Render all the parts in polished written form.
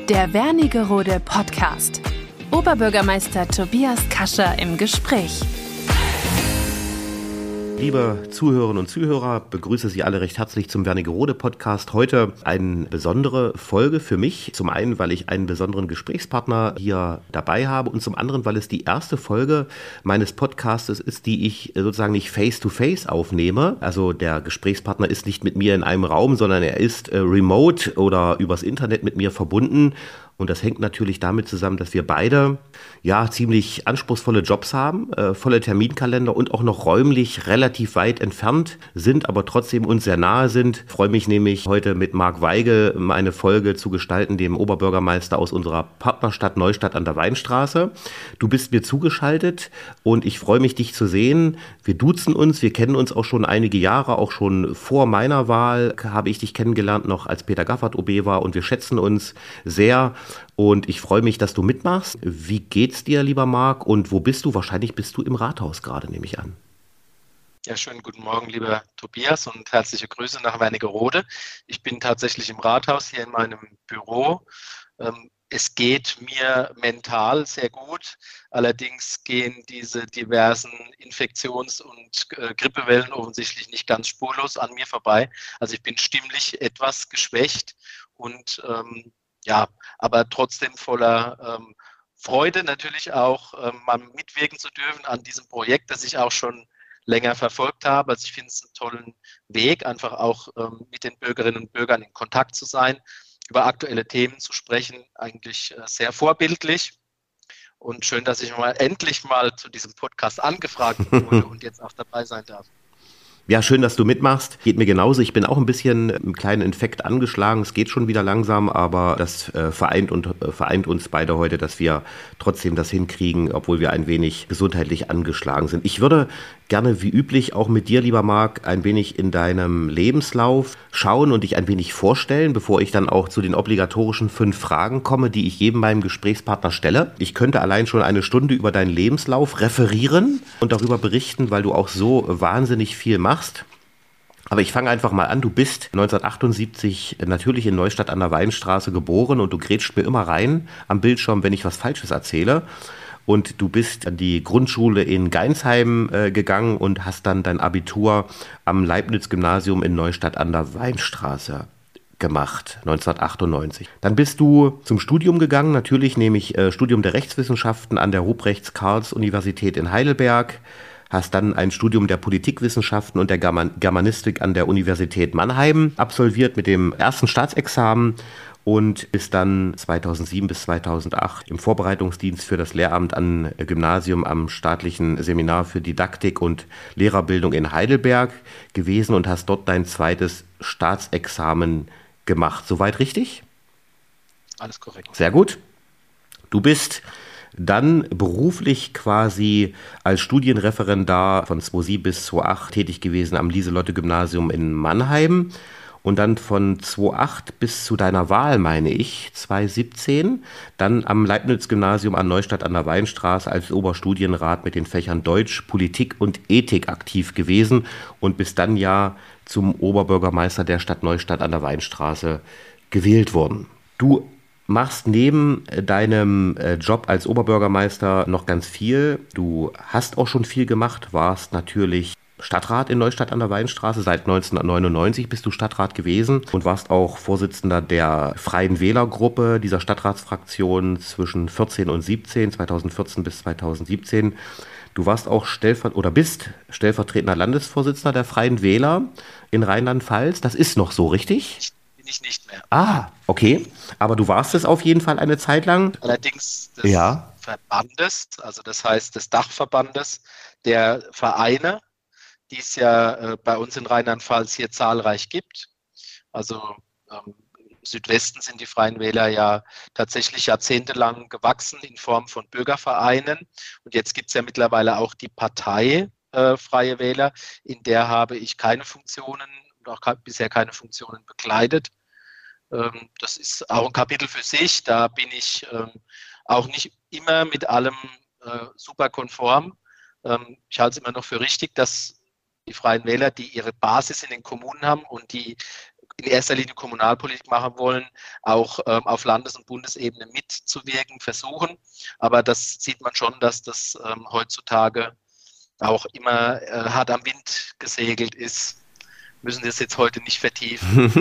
Der Wernigerode Podcast. Oberbürgermeister Tobias Kascher im Gespräch. Liebe Zuhörerinnen und Zuhörer, begrüße Sie alle recht herzlich zum Wernigerode Podcast. Heute eine besondere Folge für mich. Zum einen, weil ich einen besonderen Gesprächspartner hier dabei habe und zum anderen, weil es die erste Folge meines Podcastes ist, die ich sozusagen nicht face-to-face aufnehme. Also der Gesprächspartner ist nicht mit mir in einem Raum, sondern er ist remote oder übers Internet mit mir verbunden. Und das hängt natürlich damit zusammen, dass wir beide ziemlich anspruchsvolle Jobs haben, volle Terminkalender und auch noch räumlich relativ weit entfernt sind, aber trotzdem uns sehr nahe sind. Ich freue mich nämlich heute mit Marc Weigel eine Folge zu gestalten, dem Oberbürgermeister aus unserer Partnerstadt Neustadt an der Weinstraße. Du bist mir zugeschaltet und ich freue mich, dich zu sehen. Wir duzen uns, wir kennen uns auch schon einige Jahre, auch schon vor meiner Wahl habe ich dich kennengelernt, noch als Peter Gaffert OB war, und wir schätzen uns sehr. Und ich freue mich, dass du mitmachst. Wie geht's dir, lieber Marc? Und wo bist du? Wahrscheinlich bist du im Rathaus gerade, nehme ich an. Ja, schönen guten Morgen, lieber Tobias, und herzliche Grüße nach Wernigerode. Ich bin tatsächlich im Rathaus hier in meinem Büro. Es geht mir mental sehr gut. Allerdings gehen diese diversen Infektions- und Grippewellen offensichtlich nicht ganz spurlos an mir vorbei. Also ich bin stimmlich etwas geschwächt und aber trotzdem voller Freude natürlich auch, mal mitwirken zu dürfen an diesem Projekt, das ich auch schon länger verfolgt habe. Also ich finde es einen tollen Weg, einfach auch mit den Bürgerinnen und Bürgern in Kontakt zu sein, über aktuelle Themen zu sprechen, eigentlich sehr vorbildlich. Und schön, dass ich endlich mal zu diesem Podcast angefragt wurde und jetzt auch dabei sein darf. Ja, schön, dass du mitmachst. Geht mir genauso. Ich bin auch ein bisschen im kleinen Infekt angeschlagen. Es geht schon wieder langsam, aber das vereint uns beide heute, dass wir trotzdem das hinkriegen, obwohl wir ein wenig gesundheitlich angeschlagen sind. Ich würde gerne wie üblich auch mit dir, lieber Marc, ein wenig in deinem Lebenslauf schauen und dich ein wenig vorstellen, bevor ich dann auch zu den obligatorischen 5 Fragen komme, die ich jedem meinem Gesprächspartner stelle. Ich könnte allein schon eine Stunde über deinen Lebenslauf referieren und darüber berichten, weil du auch so wahnsinnig viel machst. Aber ich fange einfach mal an. Du bist 1978 natürlich in Neustadt an der Weinstraße geboren und du grätscht mir immer rein am Bildschirm, wenn ich was Falsches erzähle. Und du bist an die Grundschule in Geinsheim gegangen und hast dann dein Abitur am Leibniz-Gymnasium in Neustadt an der Weinstraße gemacht, 1998. Dann bist du zum Studium gegangen, natürlich nämlich Studium der Rechtswissenschaften an der Ruprecht-Karls-Universität in Heidelberg. Hast dann ein Studium der Politikwissenschaften und der Germanistik an der Universität Mannheim absolviert mit dem ersten Staatsexamen und bist dann 2007 bis 2008 im Vorbereitungsdienst für das Lehramt am Gymnasium am Staatlichen Seminar für Didaktik und Lehrerbildung in Heidelberg gewesen und hast dort dein zweites Staatsexamen gemacht. Soweit richtig? Alles korrekt. Sehr gut. Du bist dann beruflich quasi als Studienreferendar von 2007 bis 2008 tätig gewesen am Lieselotte-Gymnasium in Mannheim und dann von 2008 bis zu deiner Wahl, meine ich, 2017, dann am Leibniz-Gymnasium an Neustadt an der Weinstraße als Oberstudienrat mit den Fächern Deutsch, Politik und Ethik aktiv gewesen und bist dann ja zum Oberbürgermeister der Stadt Neustadt an der Weinstraße gewählt worden. Du machst neben deinem Job als Oberbürgermeister noch ganz viel. Du hast auch schon viel gemacht, warst natürlich Stadtrat in Neustadt an der Weinstraße. Seit 1999 bist du Stadtrat gewesen und warst auch Vorsitzender der Freien Wählergruppe dieser Stadtratsfraktion zwischen 14 und 17, 2014 bis 2017. Du warst auch bist stellvertretender Landesvorsitzender der Freien Wähler in Rheinland-Pfalz. Das ist noch so, richtig? Bin ich nicht mehr. Ah, okay. Aber du warst es auf jeden Fall eine Zeit lang. Allerdings des Verbandes, also das heißt des Dachverbandes der Vereine, die es ja bei uns in Rheinland-Pfalz hier zahlreich gibt. Also im Südwesten sind die Freien Wähler ja tatsächlich jahrzehntelang gewachsen in Form von Bürgervereinen. Und jetzt gibt es ja mittlerweile auch die Partei Freie Wähler. In der habe ich keine Funktionen und auch bisher keine Funktionen bekleidet. Das ist auch ein Kapitel für sich. Da bin ich auch nicht immer mit allem super konform. Ich halte es immer noch für richtig, dass die Freien Wähler, die ihre Basis in den Kommunen haben und die in erster Linie Kommunalpolitik machen wollen, auch auf Landes- und Bundesebene mitzuwirken, versuchen. Aber das sieht man schon, dass das heutzutage auch immer hart am Wind gesegelt ist. Müssen das jetzt heute nicht vertiefen.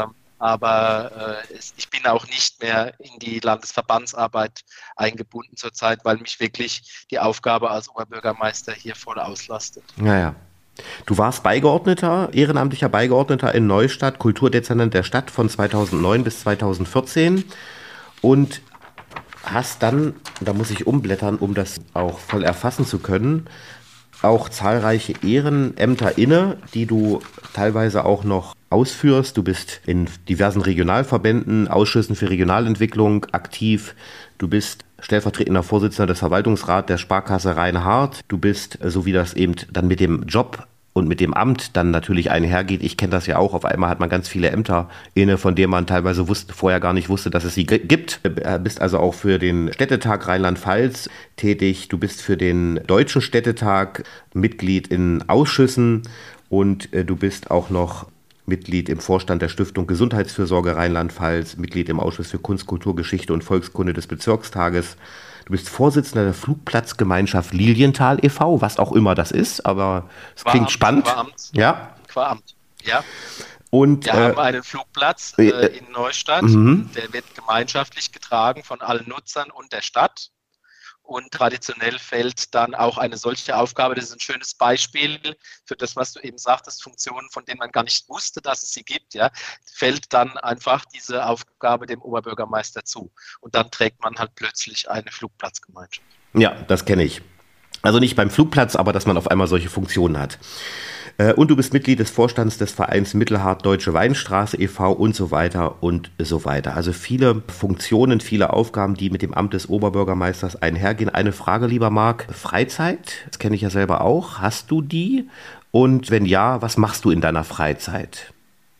Aber ich bin auch nicht mehr in die Landesverbandsarbeit eingebunden zurzeit, weil mich wirklich die Aufgabe als Oberbürgermeister hier voll auslastet. Naja. Du warst ehrenamtlicher Beigeordneter in Neustadt, Kulturdezernent der Stadt von 2009 bis 2014 und hast dann, da muss ich umblättern, um das auch voll erfassen zu können, auch zahlreiche Ehrenämter inne, die du teilweise auch noch ausführst. Du bist in diversen Regionalverbänden, Ausschüssen für Regionalentwicklung aktiv. Du bist stellvertretender Vorsitzender des Verwaltungsrats der Sparkasse Rhein-Hart. Du bist, so wie das eben dann mit dem Job und mit dem Amt dann natürlich einhergeht. Ich kenne das ja auch. Auf einmal hat man ganz viele Ämter inne, von denen man teilweise vorher gar nicht wusste, dass es sie gibt. Du bist also auch für den Städtetag Rheinland-Pfalz tätig. Du bist für den Deutschen Städtetag Mitglied in Ausschüssen und du bist auch noch Mitglied im Vorstand der Stiftung Gesundheitsfürsorge Rheinland-Pfalz, Mitglied im Ausschuss für Kunst, Kultur, Geschichte und Volkskunde des Bezirkstages. Du bist Vorsitzender der Flugplatzgemeinschaft Lilienthal e.V., was auch immer das ist, aber es klingt spannend. Ja. Qua Amt, ja. Und, wir haben einen Flugplatz in Neustadt, der wird gemeinschaftlich getragen von allen Nutzern und der Stadt. Und traditionell fällt dann auch eine solche Aufgabe, das ist ein schönes Beispiel für das, was du eben sagtest, Funktionen, von denen man gar nicht wusste, dass es sie gibt, ja, fällt dann einfach diese Aufgabe dem Oberbürgermeister zu. Und dann trägt man halt plötzlich eine Flugplatzgemeinschaft. Ja, das kenne ich. Also nicht beim Flugplatz, aber dass man auf einmal solche Funktionen hat. Und du bist Mitglied des Vorstands des Vereins Mittelhart Deutsche Weinstraße e.V. und so weiter und so weiter. Also viele Funktionen, viele Aufgaben, die mit dem Amt des Oberbürgermeisters einhergehen. Eine Frage, lieber Marc, Freizeit, das kenne ich ja selber auch. Hast du die? Und wenn ja, was machst du in deiner Freizeit?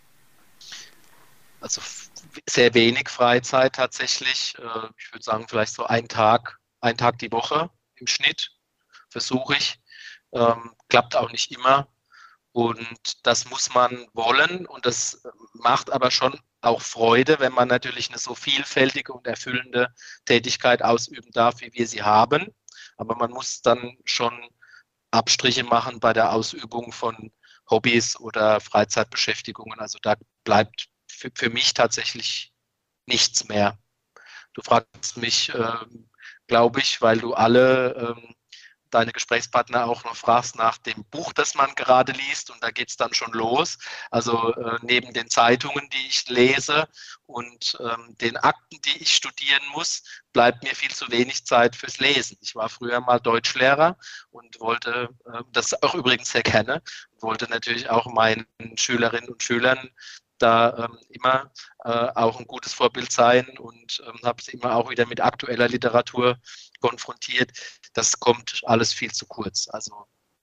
Also sehr wenig Freizeit tatsächlich. Ich würde sagen, vielleicht so ein Tag die Woche im Schnitt versuche ich. Klappt auch nicht immer. Und das muss man wollen und das macht aber schon auch Freude, wenn man natürlich eine so vielfältige und erfüllende Tätigkeit ausüben darf, wie wir sie haben. Aber man muss dann schon Abstriche machen bei der Ausübung von Hobbys oder Freizeitbeschäftigungen. Also da bleibt für mich tatsächlich nichts mehr. Du fragst mich, glaube ich, weil du alle deine Gesprächspartner auch noch fragst nach dem Buch, das man gerade liest und da geht es dann schon los. Also neben den Zeitungen, die ich lese und den Akten, die ich studieren muss, bleibt mir viel zu wenig Zeit fürs Lesen. Ich war früher mal Deutschlehrer und wollte, das auch übrigens sehr gerne, wollte natürlich auch meinen Schülerinnen und Schülern da immer auch ein gutes Vorbild sein und habe sie immer auch wieder mit aktueller Literatur konfrontiert. Das kommt alles viel zu kurz. Also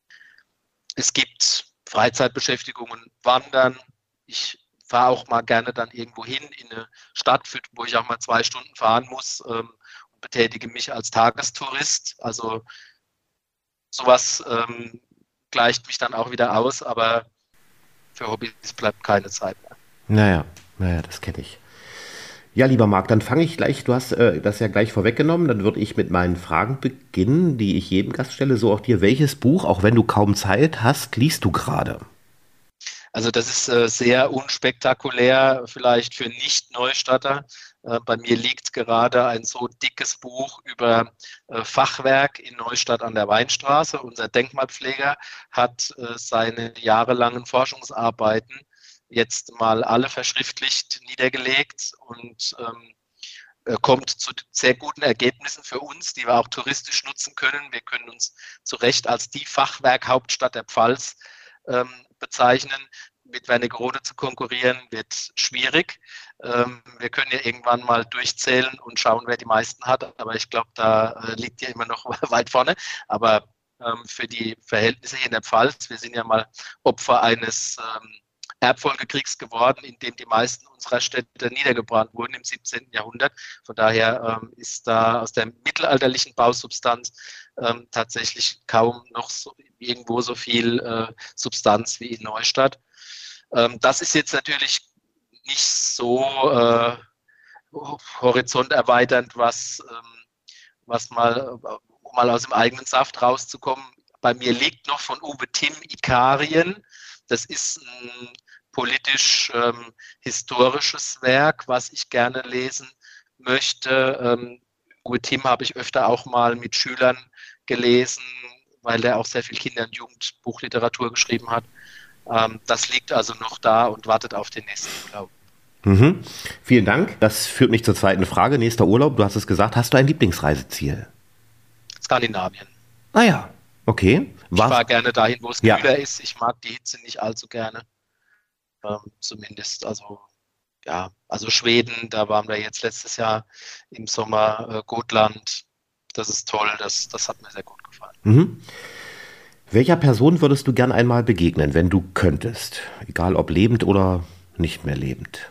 es gibt Freizeitbeschäftigungen, Wandern. Ich fahre auch mal gerne dann irgendwo hin in eine Stadt, wo ich auch mal 2 Stunden fahren muss und betätige mich als Tagestourist. Also sowas gleicht mich dann auch wieder aus, aber für Hobbys bleibt keine Zeit mehr. Naja, das kenne ich. Ja, lieber Marc, dann fange ich gleich, du hast das ja gleich vorweggenommen, dann würde ich mit meinen Fragen beginnen, die ich jedem Gast stelle, so auch dir. Welches Buch, auch wenn du kaum Zeit hast, liest du gerade? Also das ist sehr unspektakulär, vielleicht für Nicht-Neustadter. Bei mir liegt gerade ein so dickes Buch über Fachwerk in Neustadt an der Weinstraße. Unser Denkmalpfleger hat seine jahrelangen Forschungsarbeiten jetzt mal alle verschriftlicht niedergelegt und kommt zu sehr guten Ergebnissen für uns, die wir auch touristisch nutzen können. Wir können uns zu Recht als die Fachwerkhauptstadt der Pfalz bezeichnen. Mit Wernigerode zu konkurrieren wird schwierig. Wir können ja irgendwann mal durchzählen und schauen, wer die meisten hat, aber ich glaube, da liegt ja immer noch weit vorne. Aber für die Verhältnisse hier in der Pfalz, wir sind ja mal Opfer eines Erbfolgekriegs geworden, in dem die meisten unserer Städte niedergebrannt wurden im 17. Jahrhundert. Von daher ist da aus der mittelalterlichen Bausubstanz tatsächlich kaum noch irgendwo so viel Substanz wie in Neustadt. Das ist jetzt natürlich nicht so horizonterweiternd, um mal aus dem eigenen Saft rauszukommen. Bei mir liegt noch von Uwe Timm Ikarien. Das ist ein politisch-historisches Werk, was ich gerne lesen möchte. Uwe Timm habe ich öfter auch mal mit Schülern gelesen, weil er auch sehr viel Kinder- und Jugendbuchliteratur geschrieben hat. Das liegt also noch da und wartet auf den nächsten Urlaub. Mhm. Vielen Dank. Das führt mich zur zweiten Frage. Nächster Urlaub, du hast es gesagt. Hast du ein Lieblingsreiseziel? Skandinavien. Ah ja, okay. Ich fahre gerne dahin, wo es Ja. kühler ist. Ich mag die Hitze nicht allzu gerne. Zumindest, also Schweden, da waren wir jetzt letztes Jahr im Sommer, Gotland. Das ist toll, das hat mir sehr gut gefallen. Mhm. Welcher Person würdest du gern einmal begegnen, wenn du könntest? Egal ob lebend oder nicht mehr lebend.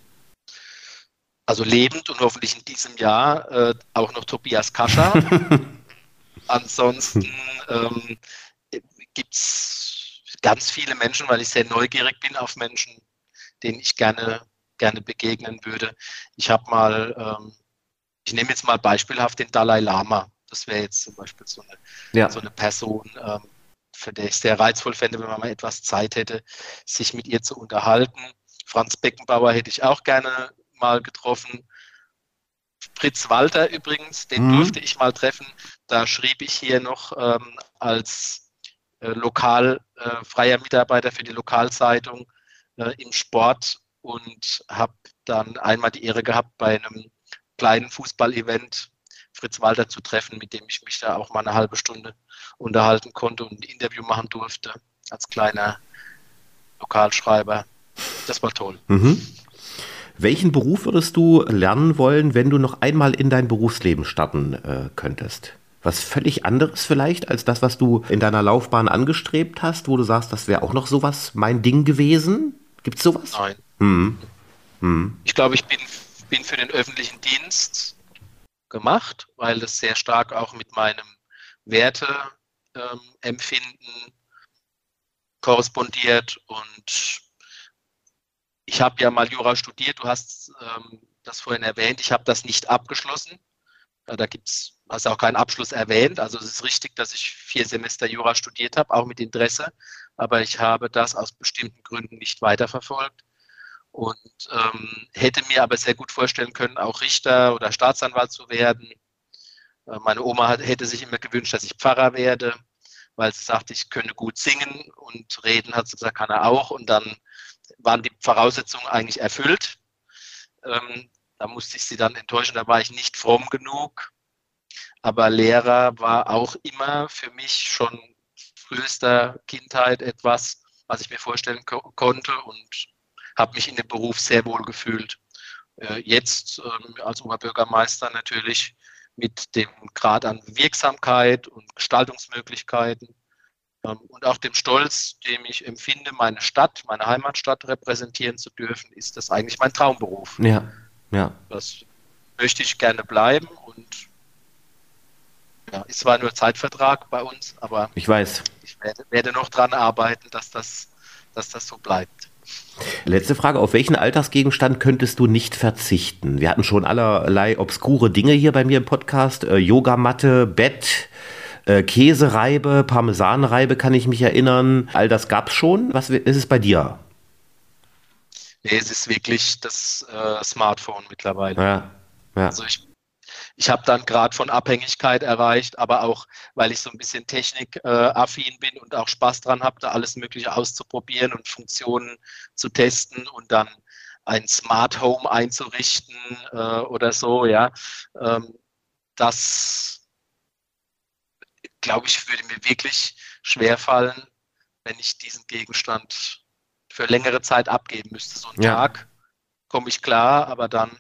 Also lebend und hoffentlich in diesem Jahr auch noch Tobias Kascha. Ansonsten gibt es ganz viele Menschen, weil ich sehr neugierig bin auf Menschen, denen ich gerne begegnen würde. Ich nehme jetzt mal beispielhaft den Dalai Lama. Das wäre jetzt zum Beispiel so eine Person, für die ich sehr reizvoll fände, wenn man mal etwas Zeit hätte, sich mit ihr zu unterhalten. Franz Beckenbauer hätte ich auch gerne mal getroffen. Fritz Walter übrigens, den durfte ich mal treffen. Da schrieb ich hier noch als freier Mitarbeiter für die Lokalzeitung im Sport und habe dann einmal die Ehre gehabt, bei einem kleinen Fußball-Event Fritz Walter zu treffen, mit dem ich mich da auch mal eine halbe Stunde unterhalten konnte und ein Interview machen durfte als kleiner Lokalschreiber. Das war toll. Mhm. Welchen Beruf würdest du lernen wollen, wenn du noch einmal in dein Berufsleben starten könntest? Was völlig anderes vielleicht als das, was du in deiner Laufbahn angestrebt hast, wo du sagst, das wäre auch noch sowas mein Ding gewesen? Gibt's sowas? Nein. Ich glaube, ich bin für den öffentlichen Dienst gemacht, weil das sehr stark auch mit meinem Werteempfinden korrespondiert. Und ich habe ja mal Jura studiert, du hast das vorhin erwähnt, ich habe das nicht abgeschlossen. Hast auch keinen Abschluss erwähnt, also es ist richtig, dass ich 4 Semester Jura studiert habe, auch mit Interesse, aber ich habe das aus bestimmten Gründen nicht weiterverfolgt und hätte mir aber sehr gut vorstellen können, auch Richter oder Staatsanwalt zu werden. Meine Oma hätte sich immer gewünscht, dass ich Pfarrer werde, weil sie sagte, ich könne gut singen und reden, hat sie gesagt, kann er auch, und dann waren die Voraussetzungen eigentlich erfüllt. Da musste ich sie dann enttäuschen, da war ich nicht fromm genug. Aber Lehrer war auch immer für mich schon frühester Kindheit etwas, was ich mir vorstellen konnte und habe mich in dem Beruf sehr wohl gefühlt. Jetzt als Oberbürgermeister natürlich mit dem Grad an Wirksamkeit und Gestaltungsmöglichkeiten und auch dem Stolz, den ich empfinde, meine Stadt, meine Heimatstadt repräsentieren zu dürfen, ist das eigentlich mein Traumberuf. Ja. Das möchte ich gerne bleiben und ist zwar nur Zeitvertrag bei uns, aber ich weiß. Ich werde noch dran arbeiten, dass das so bleibt. Letzte Frage, auf welchen Alltagsgegenstand könntest du nicht verzichten? Wir hatten schon allerlei obskure Dinge hier bei mir im Podcast. Yogamatte, Bett, Käsereibe, Parmesanreibe kann ich mich erinnern. All das gab es schon. Was ist es bei dir? Nee, es ist wirklich das Smartphone mittlerweile. Ja. Also ich habe dann Grad von Abhängigkeit erreicht, aber auch, weil ich so ein bisschen technikaffin bin und auch Spaß dran habe, da alles Mögliche auszuprobieren und Funktionen zu testen und dann ein Smart Home einzurichten oder so, ja. Das, glaube ich, würde mir wirklich schwerfallen, wenn ich diesen Gegenstand für längere Zeit abgeben müsste. So einen Tag komme ich klar, aber dann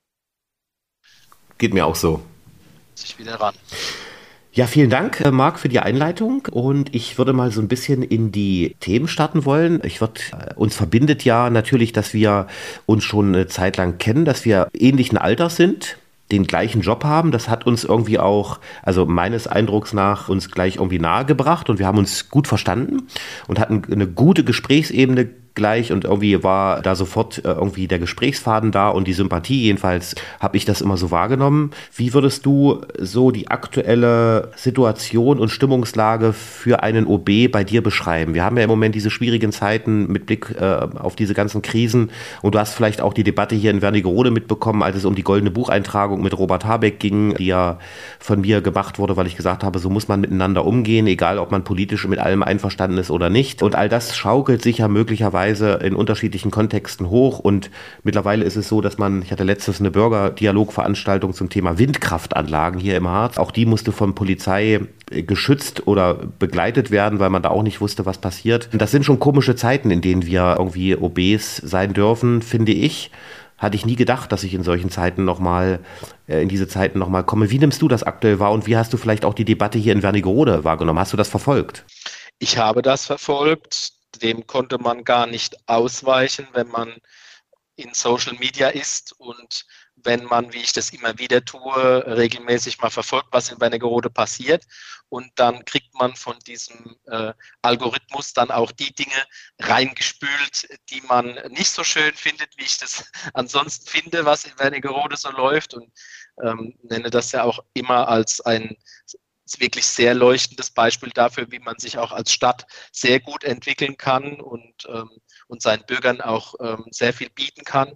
geht mir auch so. Sich wieder ran. Ja, vielen Dank, Marc, für die Einleitung. Und ich würde mal so ein bisschen in die Themen starten wollen. Uns verbindet ja natürlich, dass wir uns schon eine Zeit lang kennen, dass wir ähnlichen Alters sind, den gleichen Job haben. Das hat uns irgendwie auch, also meines Eindrucks nach, uns gleich irgendwie nahegebracht und wir haben uns gut verstanden und hatten eine gute Gesprächsebene gleich und irgendwie war da sofort irgendwie der Gesprächsfaden da und die Sympathie. Jedenfalls habe ich das immer so wahrgenommen. Wie würdest du so die aktuelle Situation und Stimmungslage für einen OB bei dir beschreiben? Wir haben ja im Moment diese schwierigen Zeiten mit Blick auf diese ganzen Krisen und du hast vielleicht auch die Debatte hier in Wernigerode mitbekommen, als es um die Goldene Bucheintragung mit Robert Habeck ging, die ja von mir gemacht wurde, weil ich gesagt habe, so muss man miteinander umgehen, egal ob man politisch mit allem einverstanden ist oder nicht. Und all das schaukelt sich ja möglicherweise in unterschiedlichen Kontexten hoch und mittlerweile ist es so, dass ich hatte letztens eine Bürgerdialogveranstaltung zum Thema Windkraftanlagen hier im Harz. Auch die musste von Polizei geschützt oder begleitet werden, weil man da auch nicht wusste, was passiert. Und das sind schon komische Zeiten, in denen wir irgendwie OBs sein dürfen, finde ich. Hatte ich nie gedacht, dass ich in solchen Zeiten in diese Zeiten nochmal komme. Wie nimmst du das aktuell wahr und wie hast du vielleicht auch die Debatte hier in Wernigerode wahrgenommen? Hast du das verfolgt? Ich habe das verfolgt. Dem konnte man gar nicht ausweichen, wenn man in Social Media ist und wenn man, wie ich das immer wieder tue, regelmäßig mal verfolgt, was in Wernigerode passiert. Und dann kriegt man von diesem Algorithmus dann auch die Dinge reingespült, die man nicht so schön findet, wie ich das ansonsten finde, was in Wernigerode so läuft. Und nenne das ja auch immer als ein wirklich sehr leuchtendes Beispiel dafür, wie man sich auch als Stadt sehr gut entwickeln kann und seinen Bürgern auch sehr viel bieten kann.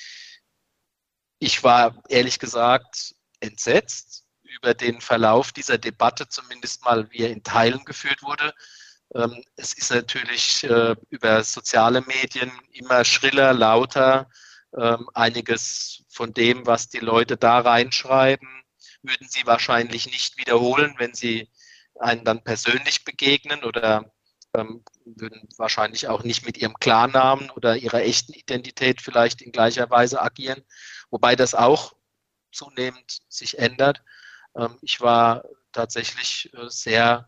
Ich war ehrlich gesagt entsetzt über den Verlauf dieser Debatte, zumindest mal wie er in Teilen geführt wurde. Es ist natürlich über soziale Medien immer schriller, lauter. Einiges von dem, was die Leute da reinschreiben, würden sie wahrscheinlich nicht wiederholen, wenn sie einen dann persönlich begegnen oder würden wahrscheinlich auch nicht mit ihrem Klarnamen oder ihrer echten Identität vielleicht in gleicher Weise agieren, wobei das auch zunehmend sich ändert. Ich war tatsächlich sehr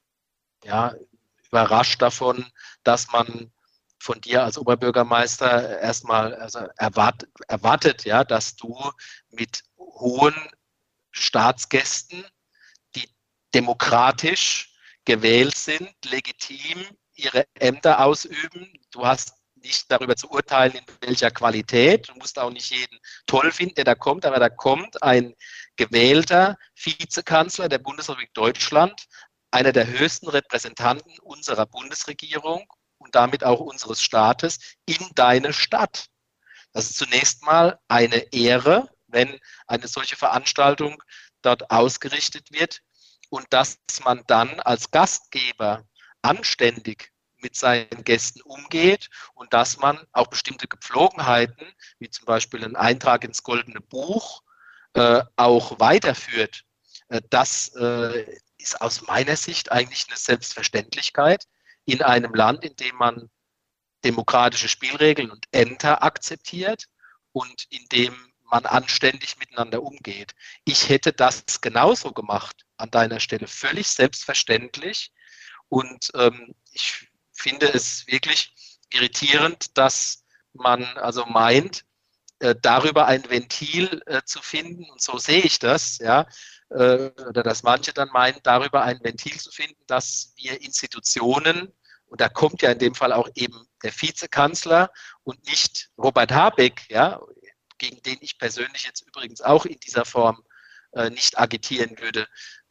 überrascht davon, dass man von dir als Oberbürgermeister erstmal erwartet, ja, dass du mit hohen Staatsgästen, die demokratisch gewählt sind, legitim ihre Ämter ausüben. Du hast nicht darüber zu urteilen, in welcher Qualität. Du musst auch nicht jeden toll finden, der da kommt, aber da kommt ein gewählter Vizekanzler der Bundesrepublik Deutschland, einer der höchsten Repräsentanten unserer Bundesregierung und damit auch unseres Staates in deine Stadt. Das ist zunächst mal eine Ehre, wenn eine solche Veranstaltung dort ausgerichtet wird und dass man dann als Gastgeber anständig mit seinen Gästen umgeht und dass man auch bestimmte Gepflogenheiten, wie zum Beispiel einen Eintrag ins Goldene Buch, auch weiterführt. Das ist aus meiner Sicht eigentlich eine Selbstverständlichkeit in einem Land, in dem man demokratische Spielregeln und Ämter akzeptiert und in dem man anständig miteinander umgeht. Ich hätte das genauso gemacht an deiner Stelle, völlig selbstverständlich. Und ich finde es wirklich irritierend, dass man also meint, darüber ein Ventil zu finden, und so sehe ich das, ja, oder dass manche dann meinen, darüber ein Ventil zu finden, dass wir Institutionen, und da kommt ja in dem Fall auch eben der Vizekanzler und nicht Robert Habeck, ja, gegen den ich persönlich jetzt übrigens auch in dieser Form nicht agitieren würde.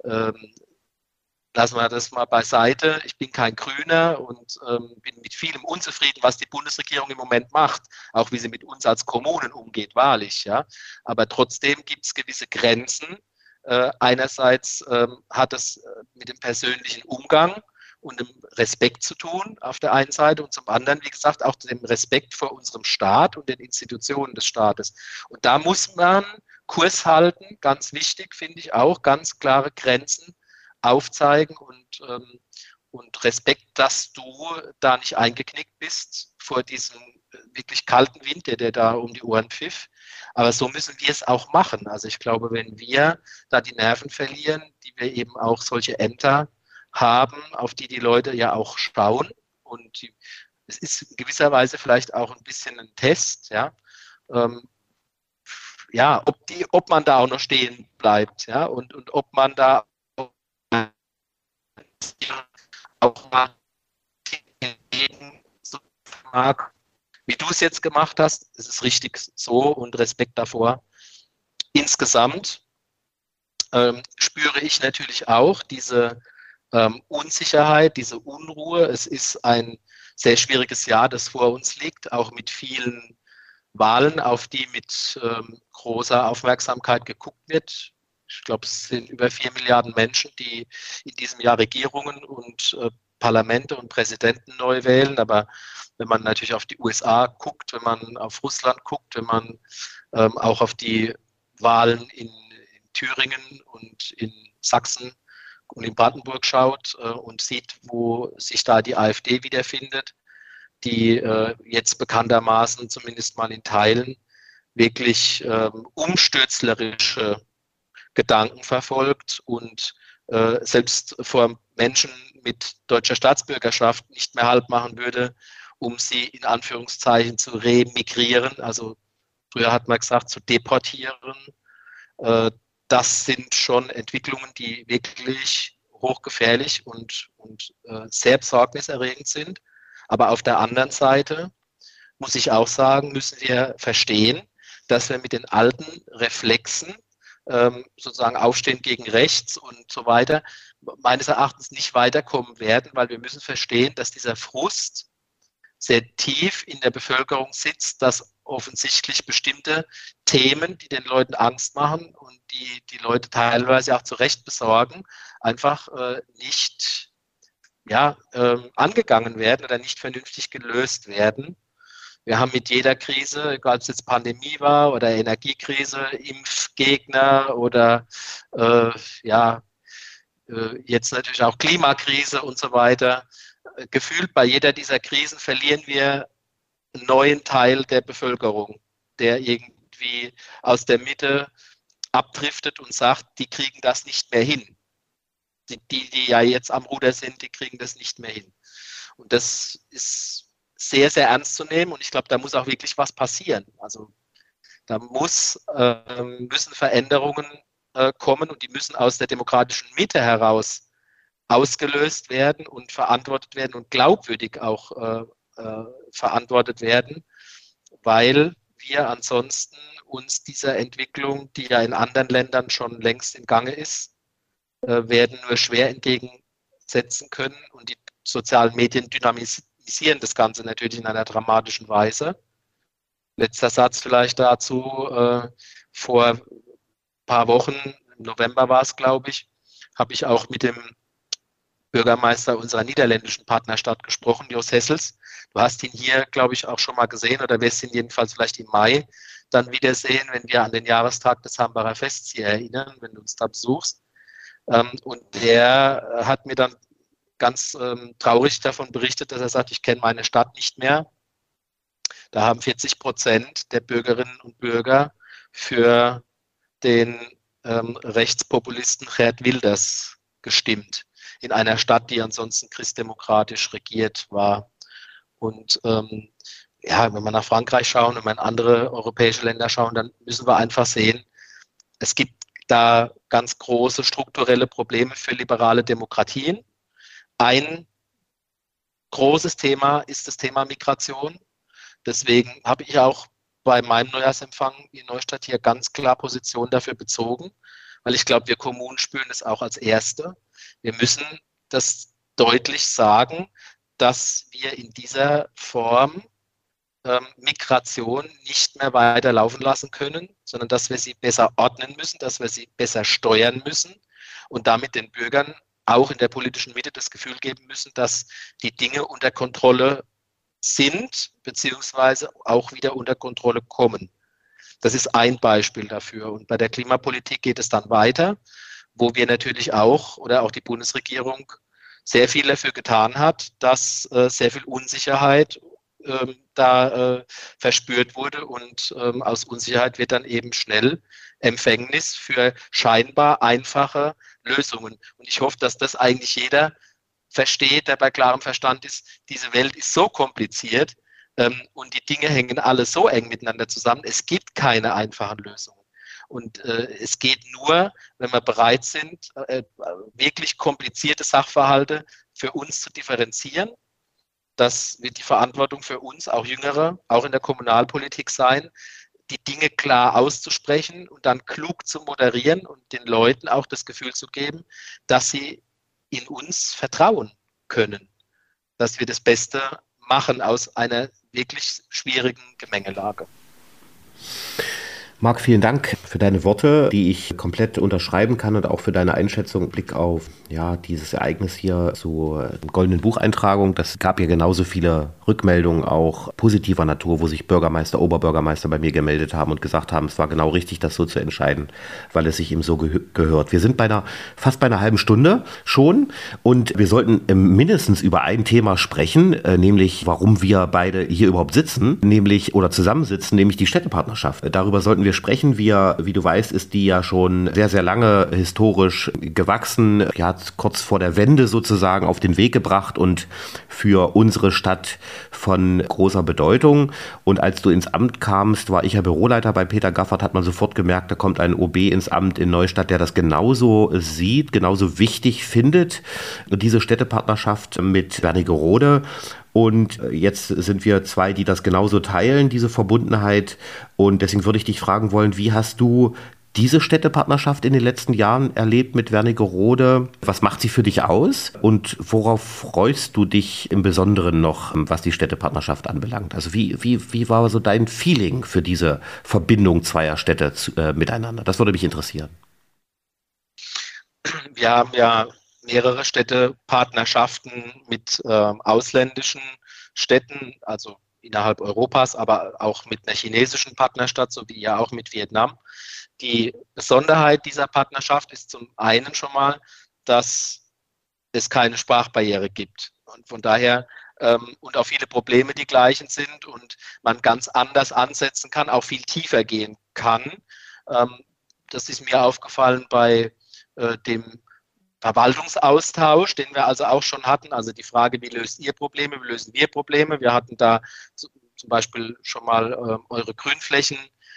Lassen wir das mal beiseite. Ich bin kein Grüner und bin mit vielem unzufrieden, was die Bundesregierung im Moment macht, auch wie sie mit uns als Kommunen umgeht, wahrlich. Ja. Aber trotzdem gibt es gewisse Grenzen. Einerseits hat es mit dem persönlichen Umgang und dem Respekt zu tun auf der einen Seite und zum anderen, wie gesagt, auch dem Respekt vor unserem Staat und den Institutionen des Staates. Und da muss man Kurs halten, ganz wichtig, finde ich auch, ganz klare Grenzen aufzeigen und Respekt, dass du da nicht eingeknickt bist vor diesem wirklich kalten Wind, der da um die Ohren pfiff. Aber so müssen wir es auch machen. Also ich glaube, wenn wir da die Nerven verlieren, die wir eben auch solche Ämter haben, auf die die Leute ja auch schauen und es ist in gewisser Weise vielleicht auch ein bisschen ein Test, ja, ob man da auch noch stehen bleibt, ja, und ob man da auch mal mag wie du es jetzt gemacht hast, es ist richtig so und Respekt davor. Insgesamt spüre ich natürlich auch diese Unsicherheit, diese Unruhe. Es ist ein sehr schwieriges Jahr, das vor uns liegt, auch mit vielen Wahlen, auf die mit großer Aufmerksamkeit geguckt wird. Ich glaube, es sind über 4 Milliarden Menschen, die in diesem Jahr Regierungen und Parlamente und Präsidenten neu wählen. Aber wenn man natürlich auf die USA guckt, wenn man auf Russland guckt, wenn man auch auf die Wahlen in Thüringen und in Sachsen und in Brandenburg schaut und sieht, wo sich da die AfD wiederfindet, die jetzt bekanntermaßen zumindest mal in Teilen wirklich umstürzlerische Gedanken verfolgt und selbst vor Menschen mit deutscher Staatsbürgerschaft nicht mehr Halt machen würde, um sie in Anführungszeichen zu remigrieren, also früher hat man gesagt, zu deportieren. Das sind schon Entwicklungen, die wirklich hochgefährlich und sehr besorgniserregend sind. Aber auf der anderen Seite muss ich auch sagen, müssen wir verstehen, dass wir mit den alten Reflexen, sozusagen Aufstehen gegen rechts und so weiter, meines Erachtens nicht weiterkommen werden, weil wir müssen verstehen, dass dieser Frust sehr tief in der Bevölkerung sitzt, dass offensichtlich bestimmte Themen, die den Leuten Angst machen und die Leute teilweise auch zu Recht besorgen, einfach nicht angegangen werden oder nicht vernünftig gelöst werden. Wir haben mit jeder Krise, egal ob es jetzt Pandemie war oder Energiekrise, Impfgegner oder jetzt natürlich auch Klimakrise und so weiter, gefühlt bei jeder dieser Krisen verlieren wir einen neuen Teil der Bevölkerung, der irgendwie aus der Mitte abdriftet und sagt, die kriegen das nicht mehr hin. Die ja jetzt am Ruder sind, die kriegen das nicht mehr hin. Und das ist sehr, sehr ernst zu nehmen und ich glaube, da muss auch wirklich was passieren. Also da müssen Veränderungen kommen und die müssen aus der demokratischen Mitte heraus ausgelöst werden und verantwortet werden und glaubwürdig auch verantwortet werden, weil wir ansonsten uns dieser Entwicklung, die ja in anderen Ländern schon längst im Gange ist, werden nur schwer entgegensetzen können und die sozialen Medien dynamisieren das Ganze natürlich in einer dramatischen Weise. Letzter Satz vielleicht dazu. Vor ein paar Wochen, im November war es, glaube ich, habe ich auch mit dem Bürgermeister unserer niederländischen Partnerstadt gesprochen, Jos Hessels. Du hast ihn hier, glaube ich, auch schon mal gesehen oder wirst ihn jedenfalls vielleicht im Mai dann wiedersehen, wenn wir an den Jahrestag des Hambacher Fests hier erinnern, wenn du uns da besuchst. Und der hat mir dann ganz traurig davon berichtet, dass er sagt, ich kenne meine Stadt nicht mehr. Da haben 40% der Bürgerinnen und Bürger für den Rechtspopulisten Geert Wilders gestimmt. In einer Stadt, die ansonsten christdemokratisch regiert war. Und wenn wir nach Frankreich schauen, wenn wir in andere europäische Länder schauen, dann müssen wir einfach sehen, es gibt da ganz große strukturelle Probleme für liberale Demokratien. Ein großes Thema ist das Thema Migration. Deswegen habe ich auch bei meinem Neujahrsempfang in Neustadt hier ganz klar Position dafür bezogen, weil ich glaube, wir Kommunen spüren es auch als Erste. Wir müssen das deutlich sagen, dass wir in dieser Form Migration nicht mehr weiter laufen lassen können, sondern dass wir sie besser ordnen müssen, dass wir sie besser steuern müssen und damit den Bürgern auch in der politischen Mitte das Gefühl geben müssen, dass die Dinge unter Kontrolle sind, beziehungsweise auch wieder unter Kontrolle kommen. Das ist ein Beispiel dafür. Und bei der Klimapolitik geht es dann weiter, wo wir natürlich auch oder auch die Bundesregierung sehr viel dafür getan hat, dass sehr viel Unsicherheit verspürt wurde und aus Unsicherheit wird dann eben schnell Empfängnis für scheinbar einfache Lösungen. Und ich hoffe, dass das eigentlich jeder versteht, der bei klarem Verstand ist, diese Welt ist so kompliziert und die Dinge hängen alle so eng miteinander zusammen. Es gibt keine einfachen Lösungen. Und es geht nur, wenn wir bereit sind, wirklich komplizierte Sachverhalte für uns zu differenzieren das wird die Verantwortung für uns, auch Jüngere, auch in der Kommunalpolitik sein, die Dinge klar auszusprechen und dann klug zu moderieren und den Leuten auch das Gefühl zu geben, dass sie in uns vertrauen können, dass wir das Beste machen aus einer wirklich schwierigen Gemengelage. Marc, vielen Dank für deine Worte, die ich komplett unterschreiben kann und auch für deine Einschätzung im Blick auf dieses Ereignis hier zur Goldenen Bucheintragung. Das gab ja genauso viele Rückmeldungen, auch positiver Natur, wo sich Bürgermeister, Oberbürgermeister bei mir gemeldet haben und gesagt haben, es war genau richtig, das so zu entscheiden, weil es sich ihm so gehört. Wir sind fast bei einer halben Stunde schon und wir sollten mindestens über ein Thema sprechen, nämlich warum wir beide hier überhaupt sitzen, oder zusammensitzen, nämlich die Städtepartnerschaft. Darüber sollten wir sprechen. Wie du weißt, ist die ja schon sehr, sehr lange historisch gewachsen. Die hat kurz vor der Wende sozusagen auf den Weg gebracht und für unsere Stadt von großer Bedeutung. Und als du ins Amt kamst, war ich ja Büroleiter bei Peter Gaffert, hat man sofort gemerkt, da kommt ein OB ins Amt in Neustadt, der das genauso sieht, genauso wichtig findet, diese Städtepartnerschaft mit Wernigerode. Und jetzt sind wir zwei, die das genauso teilen, diese Verbundenheit. Und deswegen würde ich dich fragen wollen, wie hast du diese Städtepartnerschaft in den letzten Jahren erlebt mit Wernigerode? Was macht sie für dich aus? Und worauf freust du dich im Besonderen noch, was die Städtepartnerschaft anbelangt? Also wie war so dein Feeling für diese Verbindung zweier Städte miteinander? Das würde mich interessieren. Wir haben ja mehrere Städtepartnerschaften mit ausländischen Städten, also innerhalb Europas, aber auch mit einer chinesischen Partnerstadt, sowie ja auch mit Vietnam. Die Besonderheit dieser Partnerschaft ist zum einen schon mal, dass es keine Sprachbarriere gibt und von daher und auch viele Probleme die gleichen sind und man ganz anders ansetzen kann, auch viel tiefer gehen kann. Das ist mir aufgefallen bei dem Verwaltungsaustausch, den wir also auch schon hatten, also die Frage, wie löst ihr Probleme, wie lösen wir Probleme. Wir hatten da zum Beispiel schon mal eure Grünflächen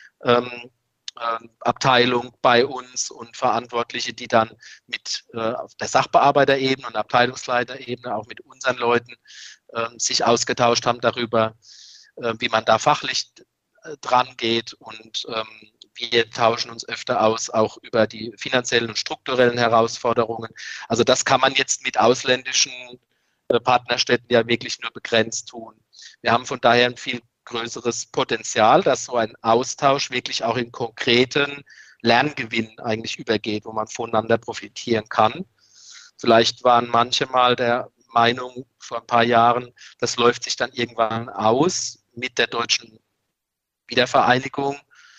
Abteilung bei uns und Verantwortliche, die dann mit auf der Sachbearbeiterebene und Abteilungsleiterebene auch mit unseren Leuten sich ausgetauscht haben darüber, wie man da fachlich dran geht und wir tauschen uns öfter aus, auch über die finanziellen und strukturellen Herausforderungen. Also das kann man jetzt mit ausländischen Partnerstädten ja wirklich nur begrenzt tun. Wir haben von daher ein viel größeres Potenzial, dass so ein Austausch wirklich auch in konkreten Lerngewinn eigentlich übergeht, wo man voneinander profitieren kann. Vielleicht waren manche mal der Meinung vor ein paar Jahren, das läuft sich dann irgendwann aus mit der deutschen Wiedervereinigung.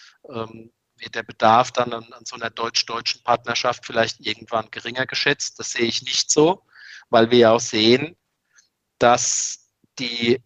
Wird der Bedarf dann an so einer deutsch-deutschen Partnerschaft vielleicht irgendwann geringer geschätzt? Das sehe ich nicht so, weil wir ja auch sehen, dass die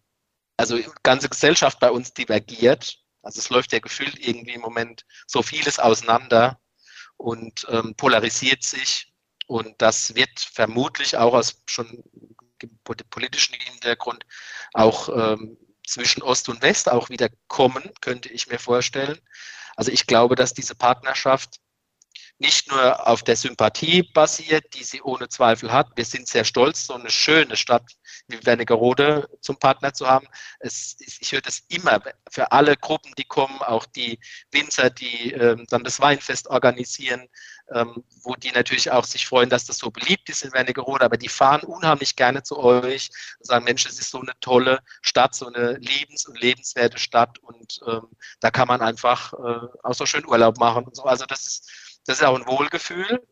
ganze Gesellschaft bei uns divergiert. Also es läuft ja gefühlt irgendwie im Moment so vieles auseinander und polarisiert sich. Und das wird vermutlich auch aus schon politischen Hintergrund auch zwischen Ost und West auch wieder kommen, könnte ich mir vorstellen. Also ich glaube, dass diese Partnerschaft nicht nur auf der Sympathie basiert, die sie ohne Zweifel hat. Wir sind sehr stolz, so eine schöne Stadt wie Wernigerode zum Partner zu haben. Ich höre das immer für alle Gruppen, die kommen, auch die Winzer, die dann das Weinfest organisieren, wo die natürlich auch sich freuen, dass das so beliebt ist in Wernigerode, aber die fahren unheimlich gerne zu euch und sagen, Mensch, es ist so eine tolle Stadt, so eine und lebenswerte Stadt und da kann man einfach auch so schön Urlaub machen und so. Also das ist auch ein Wohlgefühl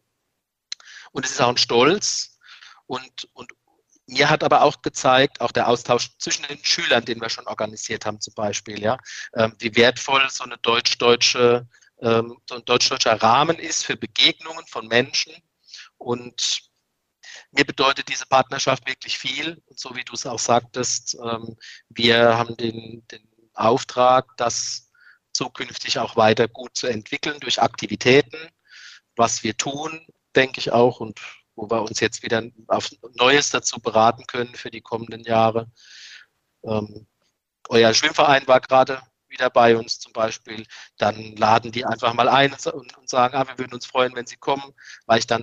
und es ist auch ein Stolz und mir hat aber auch gezeigt, auch der Austausch zwischen den Schülern, den wir schon organisiert haben zum Beispiel, ja, wie wertvoll so ein deutsch-deutscher Rahmen ist für Begegnungen von Menschen und mir bedeutet diese Partnerschaft wirklich viel und so wie du es auch sagtest, wir haben den Auftrag, das zukünftig auch weiter gut zu entwickeln durch Aktivitäten, was wir tun, denke ich auch und wo wir uns jetzt wieder auf Neues dazu beraten können für die kommenden Jahre. Euer Schwimmverein war gerade wieder bei uns zum Beispiel. Dann laden die einfach mal ein und sagen, wir würden uns freuen, wenn sie kommen, weil ich dann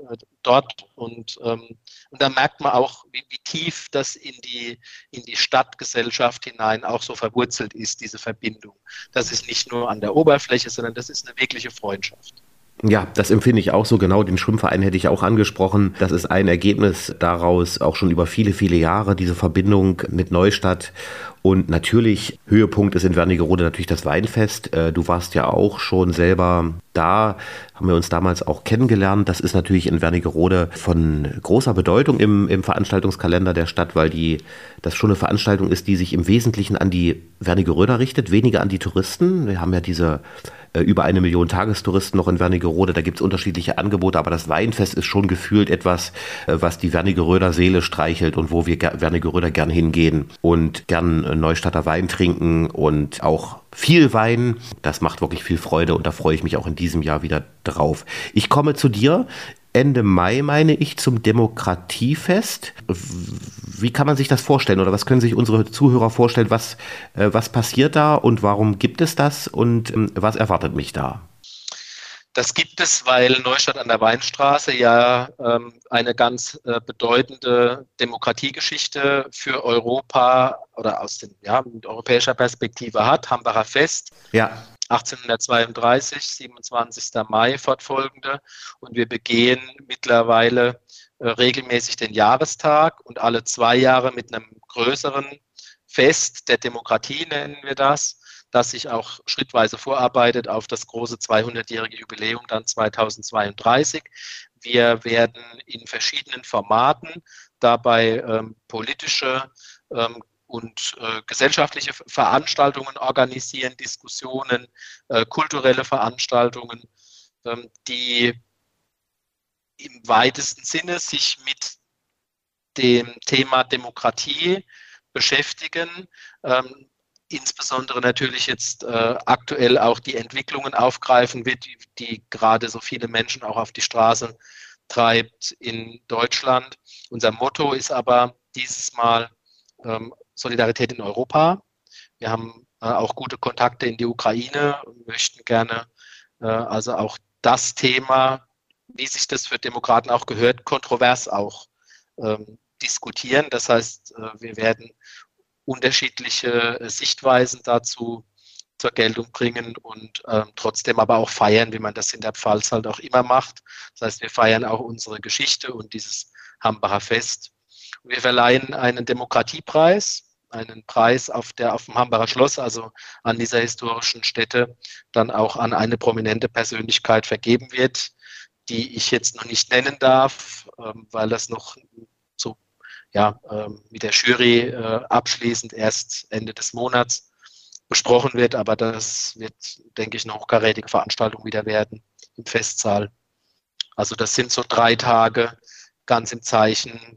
dort und dann merkt man auch, wie tief das in die Stadtgesellschaft hinein auch so verwurzelt ist, diese Verbindung. Das ist nicht nur an der Oberfläche, sondern das ist eine wirkliche Freundschaft. Ja, das empfinde ich auch so. Genau, den Schwimmverein hätte ich auch angesprochen. Das ist ein Ergebnis daraus, auch schon über viele, viele Jahre, diese Verbindung mit Neustadt. Und natürlich, Höhepunkt ist in Wernigerode natürlich das Weinfest. Du warst ja auch schon selber da, haben wir uns damals auch kennengelernt. Das ist natürlich in Wernigerode von großer Bedeutung im Veranstaltungskalender der Stadt, weil das schon eine Veranstaltung ist, die sich im Wesentlichen an die Wernigeröder richtet, weniger an die Touristen. Wir haben ja diese über 1 Million Tagestouristen noch in Wernigerode. Da gibt es unterschiedliche Angebote, aber das Weinfest ist schon gefühlt etwas, was die Wernigeröder Seele streichelt und wo wir Wernigeröder gern hingehen und gern Neustadter Wein trinken und auch viel Wein. Das macht wirklich viel Freude und da freue ich mich auch in diesem Jahr wieder drauf. Ich komme zu dir. Ende Mai, meine ich, zum Demokratiefest. Wie kann man sich das vorstellen oder was können sich unsere Zuhörer vorstellen? Was passiert da und warum gibt es das und was erwartet mich da? Das gibt es, weil Neustadt an der Weinstraße ja eine ganz bedeutende Demokratiegeschichte für Europa oder mit europäischer Perspektive hat. Hambacher Fest. Ja. 1832, 27. Mai fortfolgende. Und wir begehen mittlerweile regelmäßig den Jahrestag und alle 2 Jahre mit einem größeren Fest der Demokratie, nennen wir das sich auch schrittweise vorarbeitet auf das große 200-jährige Jubiläum dann 2032. Wir werden in verschiedenen Formaten dabei politische und gesellschaftliche Veranstaltungen organisieren, Diskussionen, kulturelle Veranstaltungen, die im weitesten Sinne sich mit dem Thema Demokratie beschäftigen, insbesondere natürlich jetzt aktuell auch die Entwicklungen aufgreifen wird, die gerade so viele Menschen auch auf die Straße treibt in Deutschland. Unser Motto ist aber dieses Mal Solidarität in Europa. Wir haben auch gute Kontakte in die Ukraine und möchten gerne also auch das Thema, wie sich das für Demokraten auch gehört, kontrovers auch diskutieren. Das heißt, wir werden unterschiedliche Sichtweisen dazu zur Geltung bringen und trotzdem aber auch feiern, wie man das in der Pfalz halt auch immer macht. Das heißt, wir feiern auch unsere Geschichte und dieses Hambacher Fest. Wir verleihen einen Demokratiepreis, einen Preis auf dem Hambacher Schloss, also an dieser historischen Stätte, dann auch an eine prominente Persönlichkeit vergeben wird, die ich jetzt noch nicht nennen darf, weil das noch so mit der Jury abschließend erst Ende des Monats besprochen wird, aber das wird, denke ich, eine hochkarätige Veranstaltung wieder werden im Festsaal. Also das sind so 3 Tage ganz im Zeichen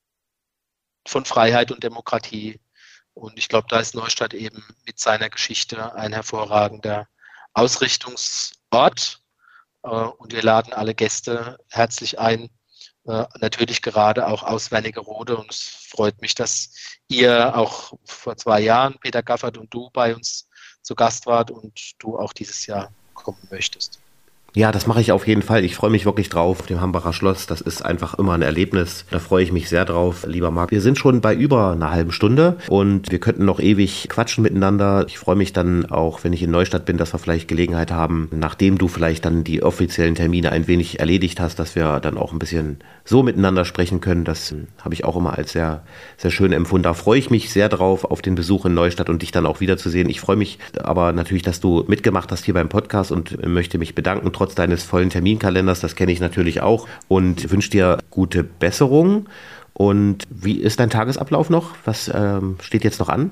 von Freiheit und Demokratie. Und ich glaube, da ist Neustadt eben mit seiner Geschichte ein hervorragender Ausrichtungsort. Und wir laden alle Gäste herzlich ein, natürlich gerade auch aus Wernigerode. Und es freut mich, dass ihr auch vor 2 Jahren, Peter Gaffert und du, bei uns zu Gast wart und du auch dieses Jahr kommen möchtest. Ja, das mache ich auf jeden Fall. Ich freue mich wirklich drauf auf dem Hambacher Schloss. Das ist einfach immer ein Erlebnis. Da freue ich mich sehr drauf, lieber Marc. Wir sind schon bei über einer halben Stunde und wir könnten noch ewig quatschen miteinander. Ich freue mich dann auch, wenn ich in Neustadt bin, dass wir vielleicht Gelegenheit haben, nachdem du vielleicht dann die offiziellen Termine ein wenig erledigt hast, dass wir dann auch ein bisschen so miteinander sprechen können. Das habe ich auch immer als sehr, sehr schön empfunden. Da freue ich mich sehr drauf, auf den Besuch in Neustadt und dich dann auch wiederzusehen. Ich freue mich aber natürlich, dass du mitgemacht hast hier beim Podcast und möchte mich bedanken, trotz deines vollen Terminkalenders, das kenne ich natürlich auch und wünsche dir gute Besserung. Und wie ist dein Tagesablauf noch? Was steht jetzt noch an?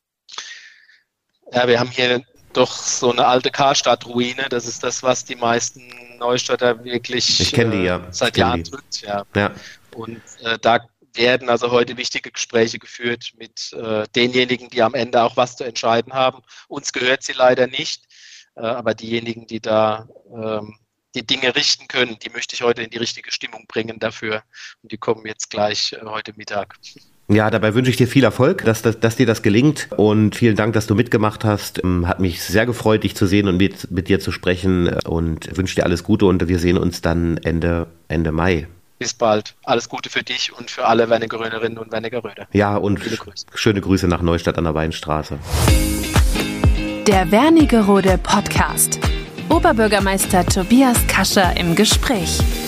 Ja, wir haben hier doch so eine alte Karstadt-Ruine. Das ist das, was die meisten Neustadter wirklich seit Jahren drückt. Ja. Und da werden also heute wichtige Gespräche geführt mit denjenigen, die am Ende auch was zu entscheiden haben. Uns gehört sie leider nicht, aber diejenigen, die da die Dinge richten können, die möchte ich heute in die richtige Stimmung bringen dafür. Und die kommen jetzt gleich heute Mittag. Ja, dabei wünsche ich dir viel Erfolg, dass dir das gelingt und vielen Dank, dass du mitgemacht hast. Hat mich sehr gefreut, dich zu sehen und mit dir zu sprechen und wünsche dir alles Gute und wir sehen uns dann Ende Mai. Bis bald. Alles Gute für dich und für alle Wernigeröderinnen und Wernigeröder. Ja, und schöne Grüße nach Neustadt an der Weinstraße. Der Wernigerode Podcast. Oberbürgermeister Tobias Kascher im Gespräch.